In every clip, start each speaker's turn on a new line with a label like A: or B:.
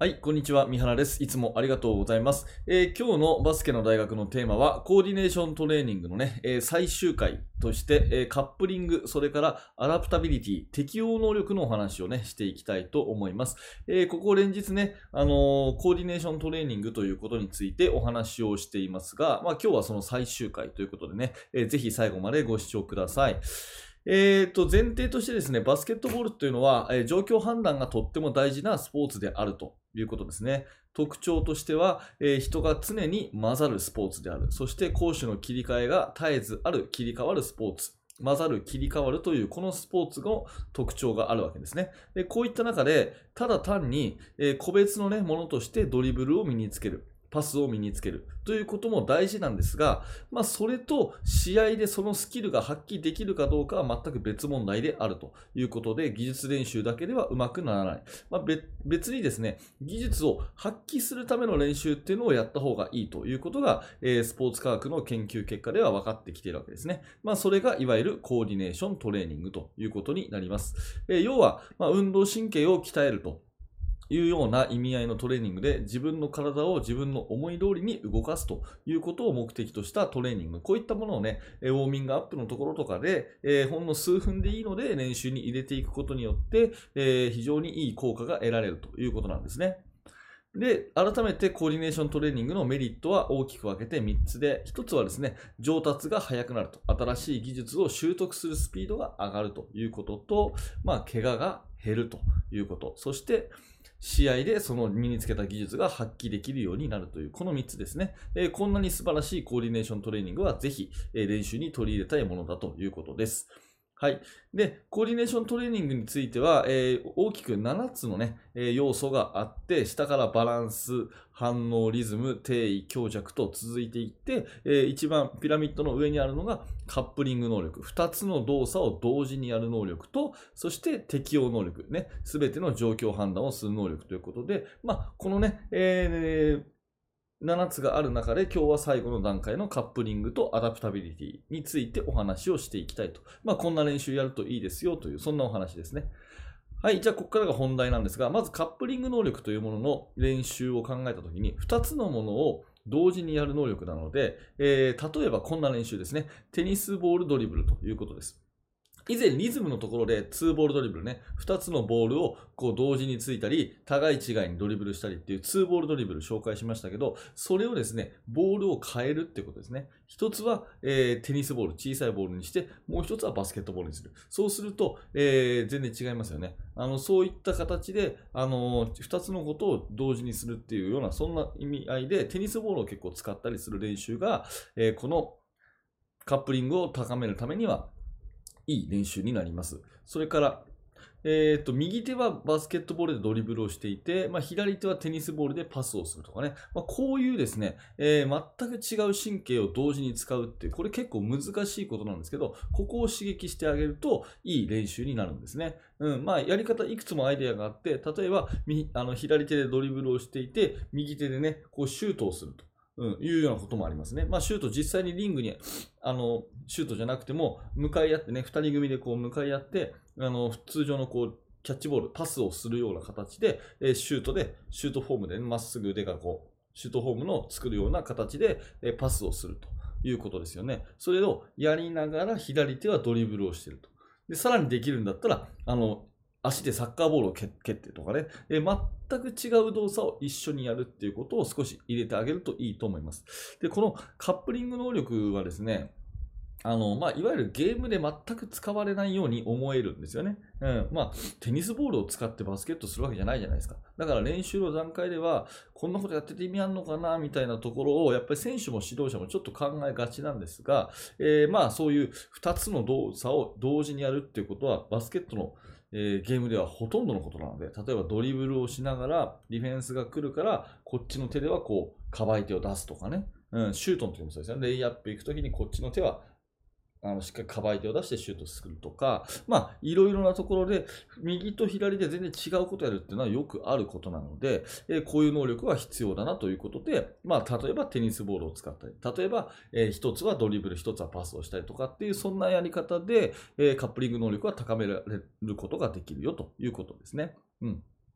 A: はい、こんにちは。三原です。いつもありがとうございます。今日のバスケの大学のテーマは、コーディネーショントレーニングのね、最終回として、カップリング、それからアダプタビリティ、適応能力のお話をね、していきたいと思います。ここ連日ね、コーディネーショントレーニングということについてお話をしていますが、今日はその最終回ということでね、ぜひ最後までご視聴ください。前提としてですね、バスケットボールというのは、状況判断がとっても大事なスポーツであるということですね。特徴としては、人が常に混ざるスポーツである。そして攻守の切り替えが絶えずある、切り替わるスポーツ。混ざる、切り替わるというこのスポーツの特徴があるわけですね。でこういった中で、ただ単に、個別の、ね、ものとしてドリブルを身につける。パスを身につけるということも大事なんですが、それと試合でそのスキルが発揮できるかどうかは全く別問題であるということで、技術練習だけではうまくならない。別にですね、技術を発揮するための練習っていうのをやった方がいいということが、スポーツ科学の研究結果では分かってきているわけですね。それがいわゆるコーディネーショントレーニングということになります。要は、運動神経を鍛えるというような意味合いのトレーニングで自分の体を自分の思い通りに動かすということを目的としたトレーニング。こういったものをね、ウォーミングアップのところとかで、ほんの数分でいいので練習に入れていくことによって、非常にいい効果が得られるということなんですね。で、改めてコーディネーショントレーニングのメリットは大きく分けて3つで、1つはですね、上達が早くなると。新しい技術を習得するスピードが上がるということと、怪我が減るということ。そして、試合でその身につけた技術が発揮できるようになるという、この3つですね。こんなに素晴らしいコーディネーショントレーニングはぜひ、練習に取り入れたいものだということです。はい。で、コーディネーショントレーニングについては、大きく7つのね、要素があって、下からバランス、反応、リズム、定位、強弱と続いていって、一番ピラミッドの上にあるのがカップリング能力。2つの動作を同時にやる能力と、そして適応能力。ね。すべての状況判断をする能力ということで、このね、7つがある中で今日は最後の段階のカップリングとアダプタビリティについてお話をしていきたいと。こんな練習やるといいですよという、そんなお話ですね。はい、じゃあここからが本題なんですが、まずカップリング能力というものの練習を考えたときに、2つのものを同時にやる能力なので、例えばこんな練習ですね。テニスボールドリブルということです。以前リズムのところで2ボールドリブルね、2つのボールをこう同時についたり、互い違いにドリブルしたりっていう2ボールドリブル紹介しましたけど、それをですね、ボールを変えるってことですね。一つは、テニスボール、小さいボールにして、もう一つはバスケットボールにする。そうすると、全然違いますよね。そういった形で、2つのことを同時にするっていうような、そんな意味合いで、テニスボールを結構使ったりする練習が、このカップリングを高めるためにはいい練習になります。それから、右手はバスケットボールでドリブルをしていて、左手はテニスボールでパスをするとかね。こういうですね、全く違う神経を同時に使うっていう、これ結構難しいことなんですけど、ここを刺激してあげるといい練習になるんですね。やり方いくつもアイデアがあって、例えば、左手でドリブルをしていて、右手でね、こうシュートをすると。いうようなこともありますね。シュート実際にリングに、シュートじゃなくても、向かい合ってね、二人組でこう向かい合って、通常のこう、キャッチボール、パスをするような形で、シュートフォームでま、っすぐ腕がこう、シュートフォームの作るような形で、パスをするということですよね。それをやりながら左手はドリブルをしていると。で、さらにできるんだったら、足でサッカーボールを蹴ってとかね、全く違う動作を一緒にやるっていうことを少し入れてあげるといいと思います。で、このカップリング能力はですね、いわゆるゲームで全く使われないように思えるんですよね。テニスボールを使ってバスケットするわけじゃないじゃないですか。だから練習の段階では、こんなことやってて意味あるのかなみたいなところを、やっぱり選手も指導者もちょっと考えがちなんですが、そういう2つの動作を同時にやるっていうことは、バスケットのゲームではほとんどのことなので、例えばドリブルをしながらディフェンスが来るから、こっちの手ではこう、かばい手を出すとかね。シュートの時もそうですよね。レイアップ行く時にこっちの手はしっかりかばい手を出してシュートするとか、いろいろなところで、右と左で全然違うことをやるっていうのはよくあることなので、こういう能力は必要だなということで、例えばテニスボールを使ったり、例えば、一つはドリブル、一つはパスをしたりとかっていう、そんなやり方で、カップリング能力は高められることができるよということですね。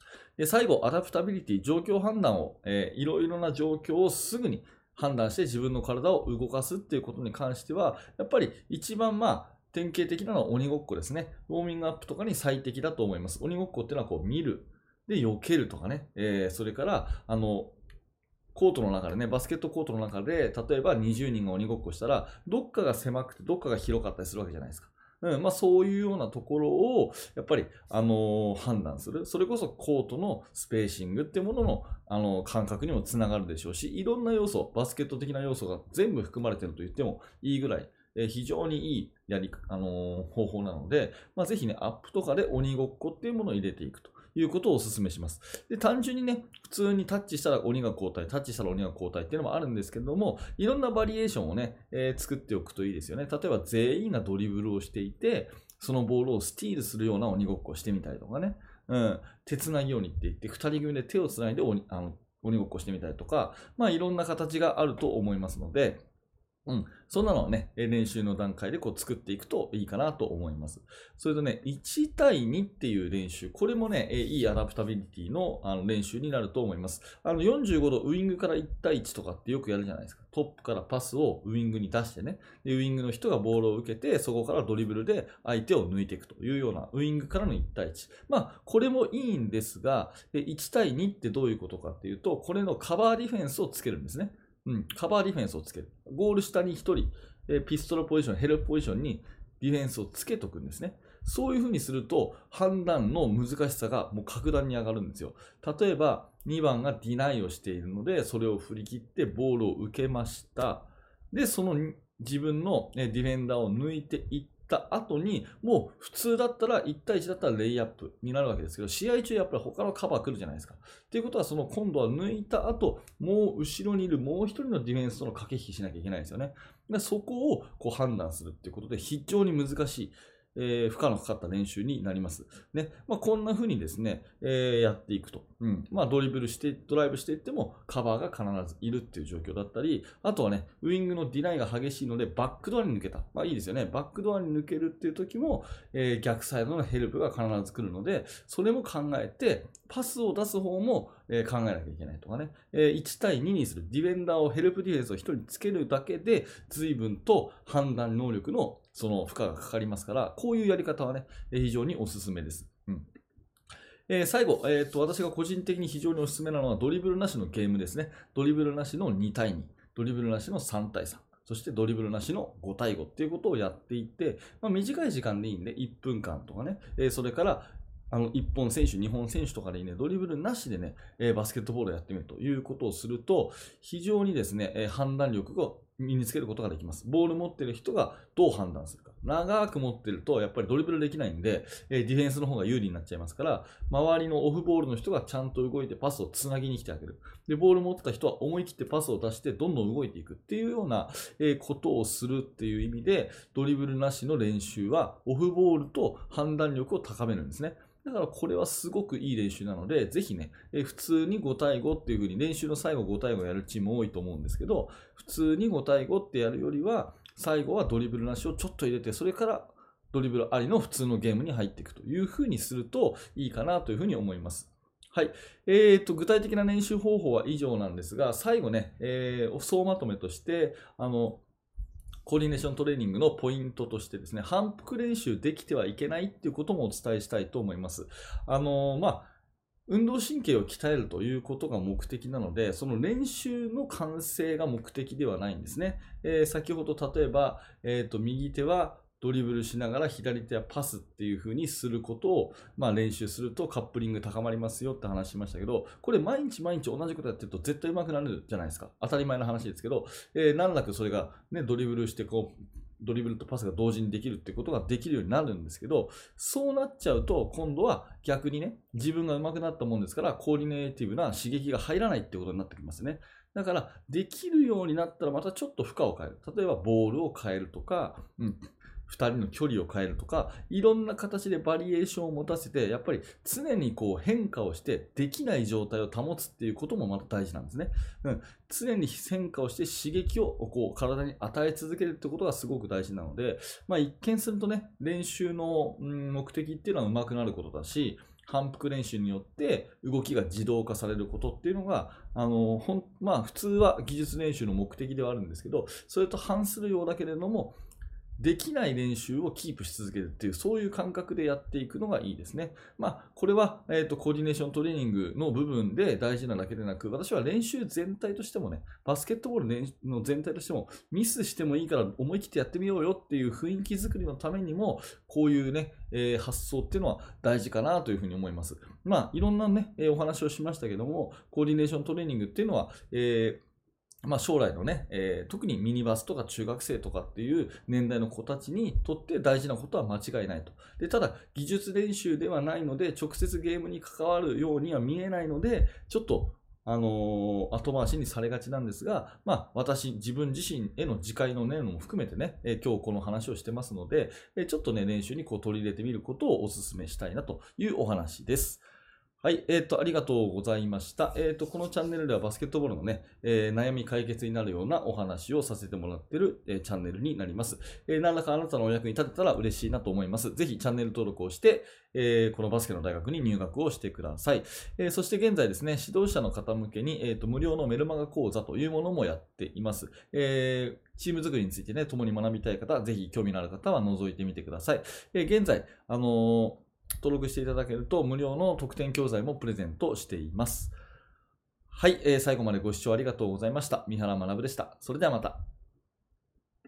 A: で、最後、アダプタビリティ、状況判断を、いろいろな状況をすぐに判断して自分の体を動かすっていうことに関しては、やっぱり一番典型的なのは鬼ごっこですね。ウォーミングアップとかに最適だと思います。鬼ごっこっていうのはこう見る。で、避けるとかね。それから、コートの中でね、バスケットコートの中で、例えば20人が鬼ごっこしたら、どっかが狭くて、どっかが広かったりするわけじゃないですか。そういうようなところを、やっぱり、判断する。それこそコートのスペーシングっていうものの、感覚にもつながるでしょうし、いろんな要素、バスケット的な要素が全部含まれていると言ってもいいぐらい、非常にいい方法なので、ぜひね、アップとかで鬼ごっこっていうものを入れていくということをお勧めします。で、単純にね、普通にタッチしたら鬼が交代、タッチしたら鬼が交代っていうのもあるんですけれども、いろんなバリエーションをね、作っておくといいですよね。例えば全員がドリブルをしていて、そのボールをスティールするような鬼ごっこをしてみたりとかね、手つなぎ鬼って言って、2人組で手をつないで鬼ごっこしてみたりとか、いろんな形があると思いますので、そんなのをね、練習の段階でこう作っていくといいかなと思います。それとね、1対2っていう練習、これもね、いいアダプタビリティの練習になると思います。45度ウイングから1対1とかってよくやるじゃないですか。トップからパスをウイングに出してね、でウイングの人がボールを受けて、そこからドリブルで相手を抜いていくというようなウイングからの1対1。これもいいんですが、1対2ってどういうことかっていうと、これのカバーディフェンスをつけるんですね。カバーディフェンスをつける。ゴール下に1人、ピストルポジション、ヘルプポジションにディフェンスをつけとくんですね。そういう風にすると判断の難しさがもう格段に上がるんですよ。例えば2番がディナイをしているので、それを振り切ってボールを受けました。で、その自分のディフェンダーを抜いていった後に、もう普通だったら1対1だったらレイアップになるわけですけど、試合中やっぱり他のカバー来るじゃないですか。っていうことは、その今度は抜いた後、もう後ろにいるもう一人のディフェンスとの駆け引きしなきゃいけないんですよね。でそこをこう判断するっていうことで非常に難しい。負荷のかかった練習になります。ね。こんな風にですね、やっていくと。ドリブルして、ドライブしていってもカバーが必ずいるっていう状況だったり、あとはね、ウイングのディナイが激しいので、バックドアに抜けた。いいですよね。バックドアに抜けるっていう時も、逆サイドのヘルプが必ず来るので、それも考えて、パスを出す方も、考えなきゃいけないとかね。1対2にする。ディフェンダーをヘルプディフェンスを1人つけるだけで、随分と判断能力のその負荷がかかりますから、こういうやり方はね、非常におすすめです。最後、私が個人的に非常におすすめなのはドリブルなしのゲームですね。ドリブルなしの2対2、ドリブルなしの3対3、そしてドリブルなしの5対5っていうことをやっていって、短い時間でいいんで、1分間とかね、それから1本選手、2本選手とかでいいね、ドリブルなしでね、バスケットボールをやってみるということをすると、非常にですね、判断力を身につけることができます。ボール持ってる人がどう判断するか。長く持ってると、やっぱりドリブルできないんで、ディフェンスの方が有利になっちゃいますから、周りのオフボールの人がちゃんと動いてパスをつなぎに来てあげる。で、ボール持ってた人は思い切ってパスを出して、どんどん動いていくっていうようなことをするっていう意味で、ドリブルなしの練習は、オフボールと判断力を高めるんですね。だからこれはすごくいい練習なので、ぜひね、普通に5対5っていう風に練習の最後5対5やるチーム多いと思うんですけど、普通に5対5ってやるよりは、最後はドリブルなしをちょっと入れて、それからドリブルありの普通のゲームに入っていくという風にするといいかなという風に思います。はい。具体的な練習方法は以上なんですが、最後ね、総まとめとして、コーディネーショントレーニングのポイントとしてですね、反復練習できてはいけないっていうこともお伝えしたいと思います。運動神経を鍛えるということが目的なので、その練習の完成が目的ではないんですね。先ほど例えば、右手はドリブルしながら左手はパスっていう風にすることを、練習するとカップリング高まりますよって話しましたけど、これ毎日毎日同じことやってると絶対上手くなるじゃないですか。当たり前の話ですけど、難なくそれがね、ドリブルしてドリブルとパスが同時にできるっていうことができるようになるんですけど、そうなっちゃうと今度は逆にね、自分が上手くなったもんですから、コーディネーティブな刺激が入らないってことになってきますね。だから、できるようになったらまたちょっと負荷を変える。例えば、ボールを変えるとか、2人の距離を変えるとか、いろんな形でバリエーションを持たせて、やっぱり常にこう変化をして、できない状態を保つっていうこともまた大事なんですね。常に変化をして刺激をこう体に与え続けるってことがすごく大事なので、一見するとね、練習の目的っていうのは上手くなることだし、 反復練習によって動きが自動化されることっていうのが、普通は技術練習の目的ではあるんですけど、それと反するようだけれども、できない練習をキープし続けるっていう、そういう感覚でやっていくのがいいですね。これは、コーディネーショントレーニングの部分で大事なだけでなく、私は練習全体としてもね、バスケットボールの全体としても、ミスしてもいいから思い切ってやってみようよっていう雰囲気作りのためにも、こういうね、発想っていうのは大事かなというふうに思います。いろんなね、お話をしましたけども、コーディネーショントレーニングっていうのは、将来のね、特にミニバスとか中学生とかっていう年代の子たちにとって大事なことは間違いないと。で、ただ、技術練習ではないので、直接ゲームに関わるようには見えないので、ちょっと、後回しにされがちなんですが、自分自身への自戒の念も含めてね、今日この話をしてますので、ちょっとね、練習にこう取り入れてみることをお勧めしたいなというお話です。はい、ありがとうございました。このチャンネルではバスケットボールのね、悩み解決になるようなお話をさせてもらっている、チャンネルになります。何らかあなたのお役に立てたら嬉しいなと思います。ぜひチャンネル登録をして、このバスケの大学に入学をしてください。そして現在ですね、指導者の方向けに、無料のメルマガ講座というものもやっています。チーム作りについてね、共に学びたい方、ぜひ興味のある方は覗いてみてください。現在、登録していただけると無料の特典教材もプレゼントしています。はい、最後までご視聴ありがとうございました。三原学でした。それではまた。